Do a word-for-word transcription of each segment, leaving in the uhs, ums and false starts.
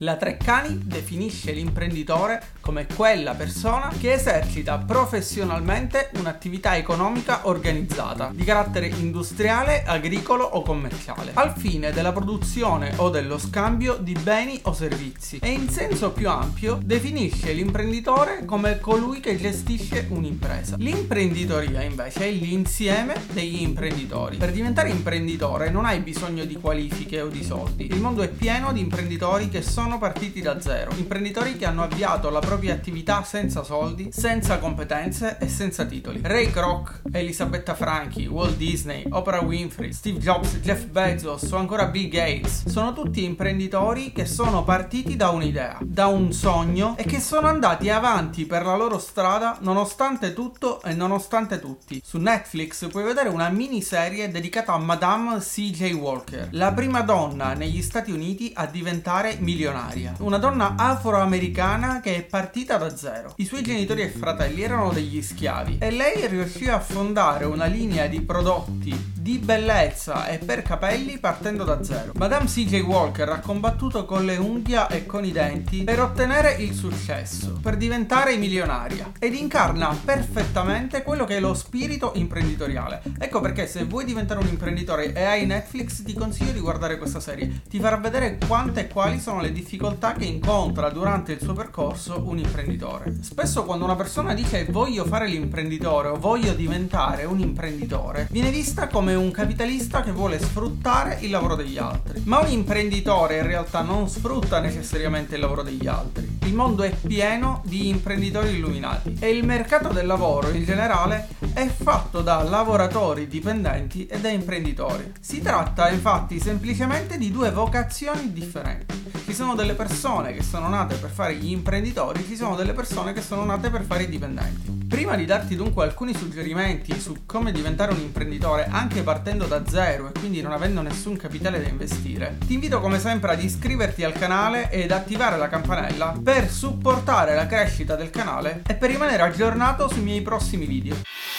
La Treccani definisce l'imprenditore come quella persona che esercita professionalmente un'attività economica organizzata di carattere industriale, agricolo o commerciale, al fine della produzione o dello scambio di beni o servizi, e in senso più ampio definisce l'imprenditore come colui che gestisce un'impresa. L'imprenditoria invece è l'insieme degli imprenditori. Per diventare imprenditore non hai bisogno di qualifiche o di soldi. Il mondo è pieno di imprenditori che sono partiti da zero, imprenditori che hanno avviato la propria attività senza soldi, senza competenze e senza titoli. Ray Kroc, Elisabetta Franchi, Walt Disney, Oprah Winfrey, Steve Jobs, Jeff Bezos o ancora Bill Gates sono tutti imprenditori che sono partiti da un'idea, da un sogno, e che sono andati avanti per la loro strada nonostante tutto e nonostante tutti. Su Netflix puoi vedere una miniserie dedicata a Madame C J Walker, la prima donna negli Stati Uniti a diventare milionaria. Una donna afroamericana che è partita da zero. I suoi genitori e fratelli erano degli schiavi e lei riuscì a fondare una linea di prodotti di bellezza e per capelli partendo da zero. Madame C J Walker ha combattuto con le unghie e con i denti per ottenere il successo, per diventare milionaria, ed incarna perfettamente quello che è lo spirito imprenditoriale. Ecco perché se vuoi diventare un imprenditore e hai Netflix, ti consiglio di guardare questa serie. Ti farà vedere quante e quali sono le difficoltà che incontra durante il suo percorso un imprenditore. Spesso quando una persona dice voglio fare l'imprenditore o voglio diventare un imprenditore, viene vista come un capitalista che vuole sfruttare il lavoro degli altri. Ma un imprenditore in realtà non sfrutta necessariamente il lavoro degli altri. Il mondo è pieno di imprenditori illuminati e il mercato del lavoro in generale è fatto da lavoratori dipendenti e da imprenditori. Si tratta infatti semplicemente di due vocazioni differenti. Ci sono delle persone che sono nate per fare gli imprenditori, ci sono delle persone che sono nate per fare i dipendenti. Prima di darti dunque alcuni suggerimenti su come diventare un imprenditore anche partendo da zero e quindi non avendo nessun capitale da investire, ti invito come sempre ad iscriverti al canale ed attivare la campanella per supportare la crescita del canale e per rimanere aggiornato sui miei prossimi video.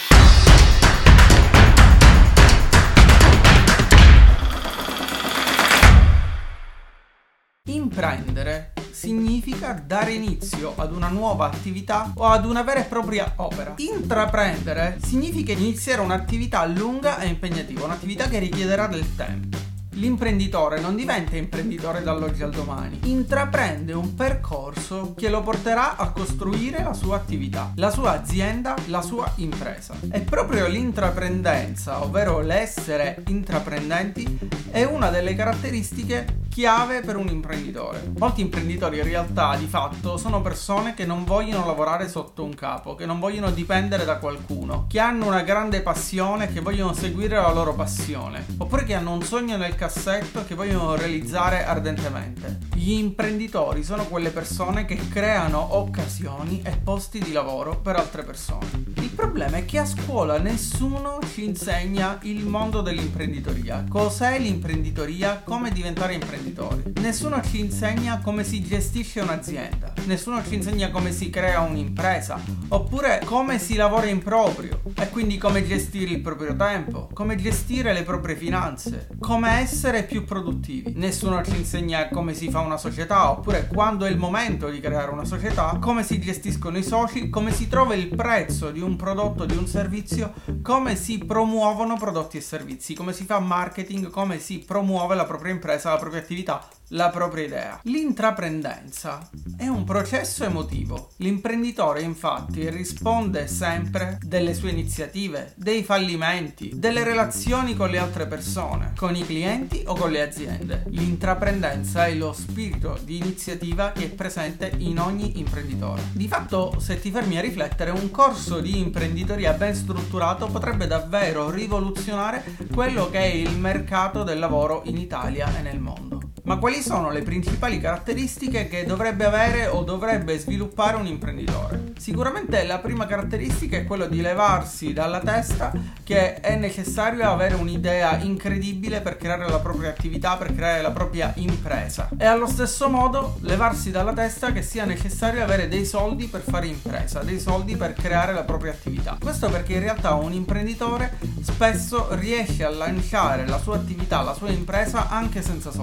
Imprendere significa dare inizio ad una nuova attività o ad una vera e propria opera. Intraprendere significa iniziare un'attività lunga e impegnativa, un'attività che richiederà del tempo. L'imprenditore non diventa imprenditore dall'oggi al domani, intraprende un percorso che lo porterà a costruire la sua attività, la sua azienda, la sua impresa. E proprio l'intraprendenza, ovvero l'essere intraprendenti, è una delle caratteristiche chiave per un imprenditore. Molti imprenditori in realtà di fatto sono persone che non vogliono lavorare sotto un capo, che non vogliono dipendere da qualcuno, che hanno una grande passione, che vogliono seguire la loro passione, oppure che hanno un sogno nel cassetto che vogliono realizzare ardentemente. Gli imprenditori sono quelle persone che creano occasioni e posti di lavoro per altre persone. Il problema è che a scuola nessuno ci insegna il mondo dell'imprenditoria. Cos'è l'imprenditoria? Come diventare imprenditori? Nessuno ci insegna come si gestisce un'azienda. Nessuno ci insegna come si crea un'impresa, oppure come si lavora in proprio, e quindi come gestire il proprio tempo, come gestire le proprie finanze, come essere più produttivi. Nessuno ci insegna come si fa una società, oppure quando è il momento di creare una società, come si gestiscono i soci, come si trova il prezzo di un prodotto, di un servizio, come si promuovono prodotti e servizi, come si fa marketing, come si promuove la propria impresa, la propria attività, la propria idea. L'intraprendenza è un processo emotivo. L'imprenditore infatti risponde sempre delle sue iniziative, dei fallimenti, delle relazioni con le altre persone, con i clienti o con le aziende. L'intraprendenza è lo spirito di iniziativa che è presente in ogni imprenditore. Di fatto, se ti fermi a riflettere, un corso di imprenditoria ben strutturato potrebbe davvero rivoluzionare quello che è il mercato del lavoro in Italia e nel mondo. Ma quali sono le principali caratteristiche che dovrebbe avere o dovrebbe sviluppare un imprenditore? Sicuramente la prima caratteristica è quello di levarsi dalla testa che è necessario avere un'idea incredibile per creare la propria attività, per creare la propria impresa, e allo stesso modo levarsi dalla testa che sia necessario avere dei soldi per fare impresa, dei soldi per creare la propria attività. Questo perché in realtà un imprenditore spesso riesce a lanciare la sua attività, la sua impresa anche senza soldi.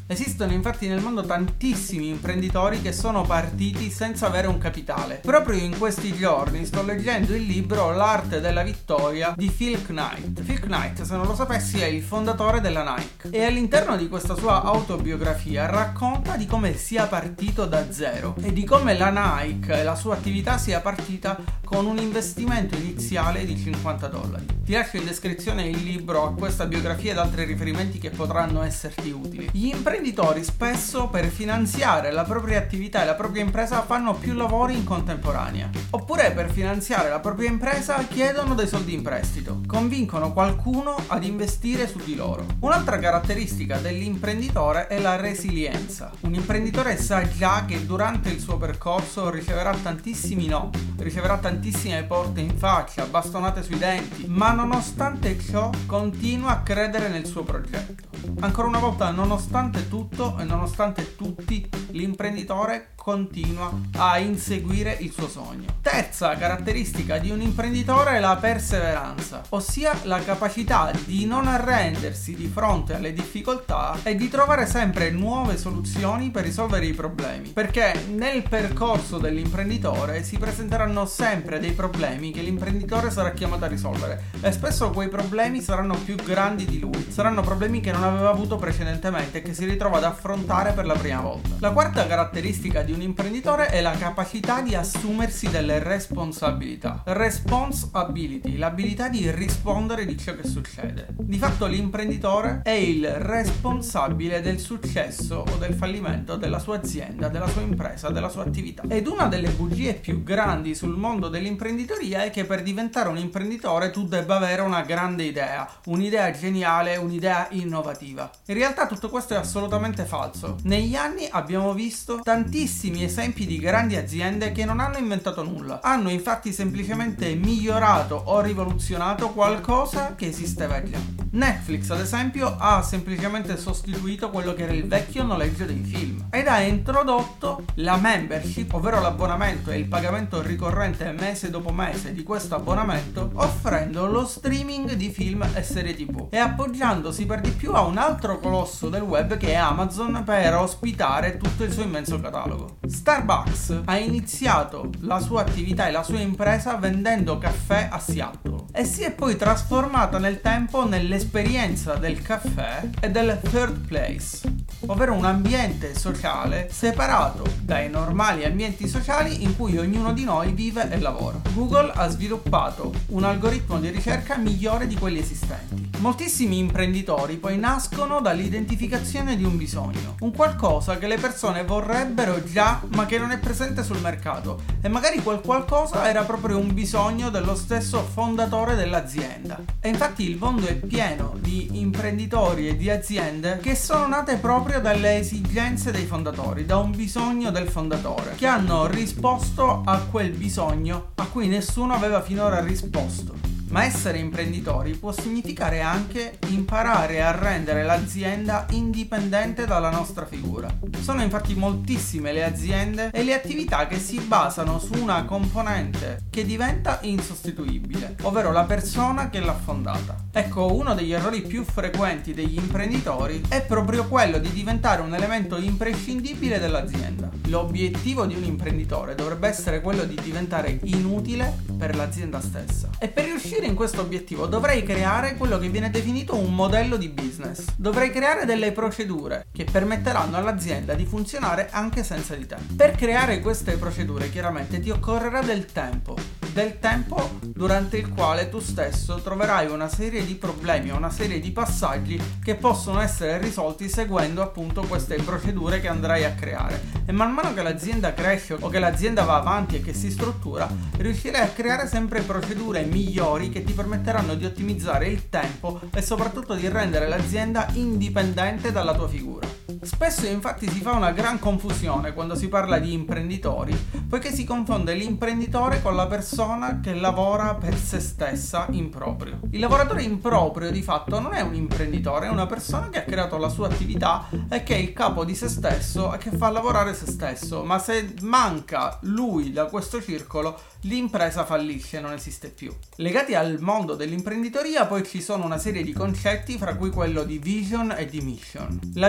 Esistono infatti nel mondo tantissimi imprenditori che sono partiti senza avere un capitale. Proprio in questi giorni sto leggendo il libro L'arte della vittoria di Phil Knight. Phil Knight, se non lo sapessi, è il fondatore della Nike e all'interno di questa sua autobiografia racconta di come sia partito da zero e di come la Nike e la sua attività sia partita con un investimento iniziale di cinquanta dollari. Ti lascio in descrizione il libro a questa biografia ed altri riferimenti che potranno esserti utili. Gli imprenditori spesso per finanziare la propria attività e la propria impresa fanno più lavori in contemporanea, oppure per finanziare la propria impresa chiedono dei soldi in prestito, convincono qualcuno ad investire su di loro. Un'altra caratteristica dell'imprenditore è la resilienza. Un imprenditore sa già che durante il suo percorso riceverà tantissimi no, riceverà tantissime porte in faccia, bastonate sui denti, ma nonostante ciò continua a credere nel suo progetto. Ancora una volta, nonostante tutto e nonostante tutti, l'imprenditore continua a inseguire il suo sogno. Terza caratteristica di un imprenditore è la perseveranza, ossia la capacità di non arrendersi di fronte alle difficoltà e di trovare sempre nuove soluzioni per risolvere i problemi, perché nel percorso dell'imprenditore si presenteranno sempre dei problemi che l'imprenditore sarà chiamato a risolvere e spesso quei problemi saranno più grandi di lui, saranno problemi che non aveva avuto precedentemente e che si ritrova ad affrontare per la prima volta. La quarta caratteristica di un imprenditore è la capacità di assumersi delle responsabilità. Responsibility, l'abilità di rispondere di ciò che succede. Di fatto l'imprenditore è il responsabile del successo o del fallimento della sua azienda, della sua impresa, della sua attività. Ed una delle bugie più grandi sul mondo dell'imprenditoria è che per diventare un imprenditore tu debba avere una grande idea, un'idea geniale, un'idea innovativa. In realtà tutto questo è assolutamente falso. Negli anni abbiamo visto tantissimi esempi di grandi aziende che non hanno inventato nulla, hanno infatti semplicemente migliorato o rivoluzionato qualcosa che esisteva già. Netflix, ad esempio, ha semplicemente sostituito quello che era il vecchio noleggio dei film ed ha introdotto la membership, ovvero l'abbonamento e il pagamento ricorrente mese dopo mese di questo abbonamento, offrendo lo streaming di film e serie tv e appoggiandosi per di più a un altro colosso del web che è Amazon per ospitare tutto il suo immenso catalogo. Starbucks ha iniziato la sua attività e la sua impresa vendendo caffè a Seattle e si è poi trasformata nel tempo nell'esperienza del caffè e del third place, ovvero un ambiente sociale separato dai normali ambienti sociali in cui ognuno di noi vive e lavora. Google ha sviluppato un algoritmo di ricerca migliore di quelli esistenti. Moltissimi imprenditori poi nascono dall'identificazione di un bisogno, un qualcosa che le persone vorrebbero già ma che non è presente sul mercato, e magari quel qualcosa era proprio un bisogno dello stesso fondatore dell'azienda. E infatti il mondo è pieno di imprenditori e di aziende che sono nate proprio dalle esigenze dei fondatori, da un bisogno del fondatore, che hanno risposto a quel bisogno a cui nessuno aveva finora risposto. Ma essere imprenditori può significare anche imparare a rendere l'azienda indipendente dalla nostra figura. Sono infatti moltissime le aziende e le attività che si basano su una componente che diventa insostituibile, ovvero la persona che l'ha fondata. Ecco, uno degli errori più frequenti degli imprenditori è proprio quello di diventare un elemento imprescindibile dell'azienda. L'obiettivo di un imprenditore dovrebbe essere quello di diventare inutile per l'azienda stessa. E per riuscire in questo obiettivo dovrei creare quello che viene definito un modello di business. Dovrei creare delle procedure che permetteranno all'azienda di funzionare anche senza di te. Per creare queste procedure chiaramente ti occorrerà del tempo, del tempo durante il quale tu stesso troverai una serie di problemi o una serie di passaggi che possono essere risolti seguendo appunto queste procedure che andrai a creare. E man mano che l'azienda cresce o che l'azienda va avanti e che si struttura, riuscirai a creare sempre procedure migliori che ti permetteranno di ottimizzare il tempo e soprattutto di rendere l'azienda indipendente dalla tua figura. Spesso infatti si fa una gran confusione quando si parla di imprenditori, poiché si confonde l'imprenditore con la persona che lavora per se stessa in proprio. Il lavoratore in proprio di fatto non è un imprenditore, è una persona che ha creato la sua attività e che è il capo di se stesso e che fa lavorare se stesso, ma se manca lui da questo circolo l'impresa fallisce, non esiste più. Legati al mondo dell'imprenditoria poi ci sono una serie di concetti, fra cui quello di vision e di mission. La vision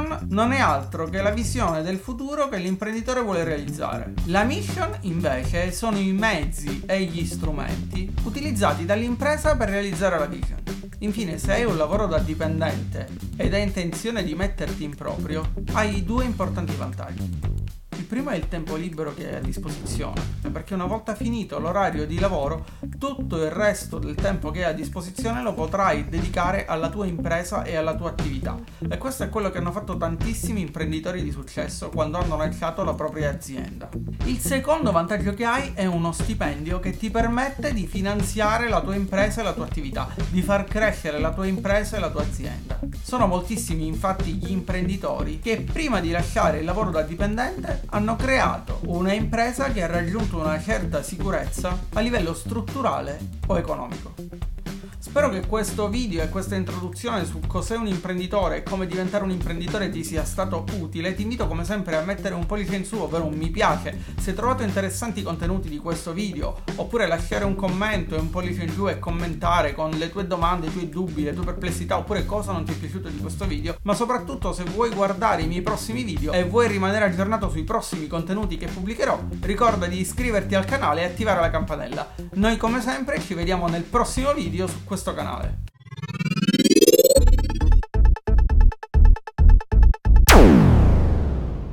vision non è altro che la visione del futuro che l'imprenditore vuole realizzare. La mission, invece, sono i mezzi e gli strumenti utilizzati dall'impresa per realizzare la vision. Infine, se hai un lavoro da dipendente ed hai intenzione di metterti in proprio, hai due importanti vantaggi. Il primo è il tempo libero che hai a disposizione, perché una volta finito l'orario di lavoro, tutto il resto del tempo che hai a disposizione lo potrai dedicare alla tua impresa e alla tua attività. E questo è quello che hanno fatto tantissimi imprenditori di successo quando hanno lanciato la propria azienda. Il secondo vantaggio che hai è uno stipendio che ti permette di finanziare la tua impresa e la tua attività, di far crescere la tua impresa e la tua azienda. Sono moltissimi infatti gli imprenditori che prima di lasciare il lavoro da dipendente hanno creato una impresa che ha raggiunto una certa sicurezza a livello strutturale o economico. Spero che questo video e questa introduzione su cos'è un imprenditore e come diventare un imprenditore ti sia stato utile. Ti invito come sempre a mettere un pollice in su, ovvero un mi piace, se trovato interessanti i contenuti di questo video, oppure lasciare un commento e un pollice in giù e commentare con le tue domande, i tuoi dubbi, le tue perplessità, oppure cosa non ti è piaciuto di questo video. Ma soprattutto, se vuoi guardare i miei prossimi video e vuoi rimanere aggiornato sui prossimi contenuti che pubblicherò, ricorda di iscriverti al canale e attivare la campanella. Noi come sempre ci vediamo nel prossimo video su questo canale.